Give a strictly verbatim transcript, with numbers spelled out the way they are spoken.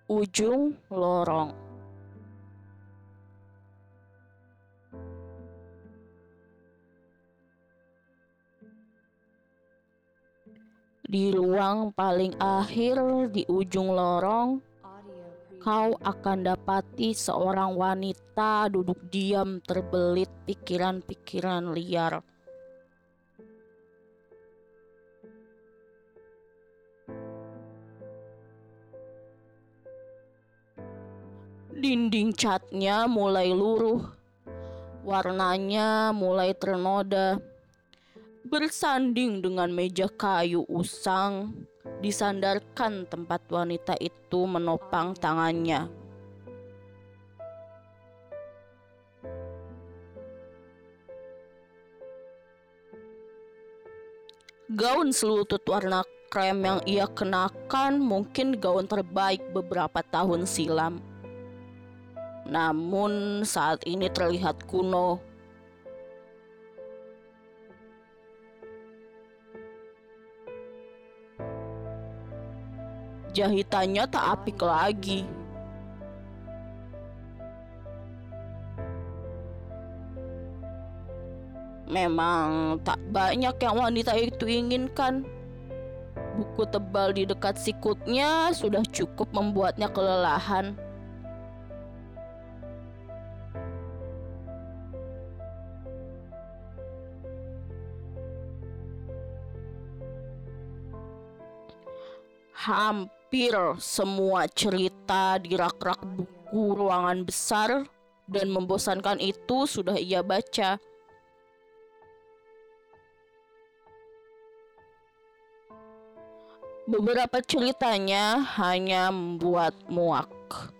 Ujung lorong. Di ruang paling akhir di ujung lorong, kau akan dapati seorang wanita duduk diam terbelit pikiran-pikiran liar. Dinding catnya mulai luruh, warnanya mulai ternoda. Bersanding dengan meja kayu usang, disandarkan tempat wanita itu menopang tangannya. Gaun selutut warna krem yang ia kenakan mungkin gaun terbaik beberapa tahun silam. Namun saat ini terlihat kuno. Jahitannya tak apik lagi. Memang tak banyak yang wanita itu inginkan. Buku tebal di dekat sikutnya sudah cukup membuatnya kelelahan. Hampir semua cerita di rak-rak buku ruangan besar dan membosankan itu sudah ia baca. Beberapa ceritanya hanya membuat muak.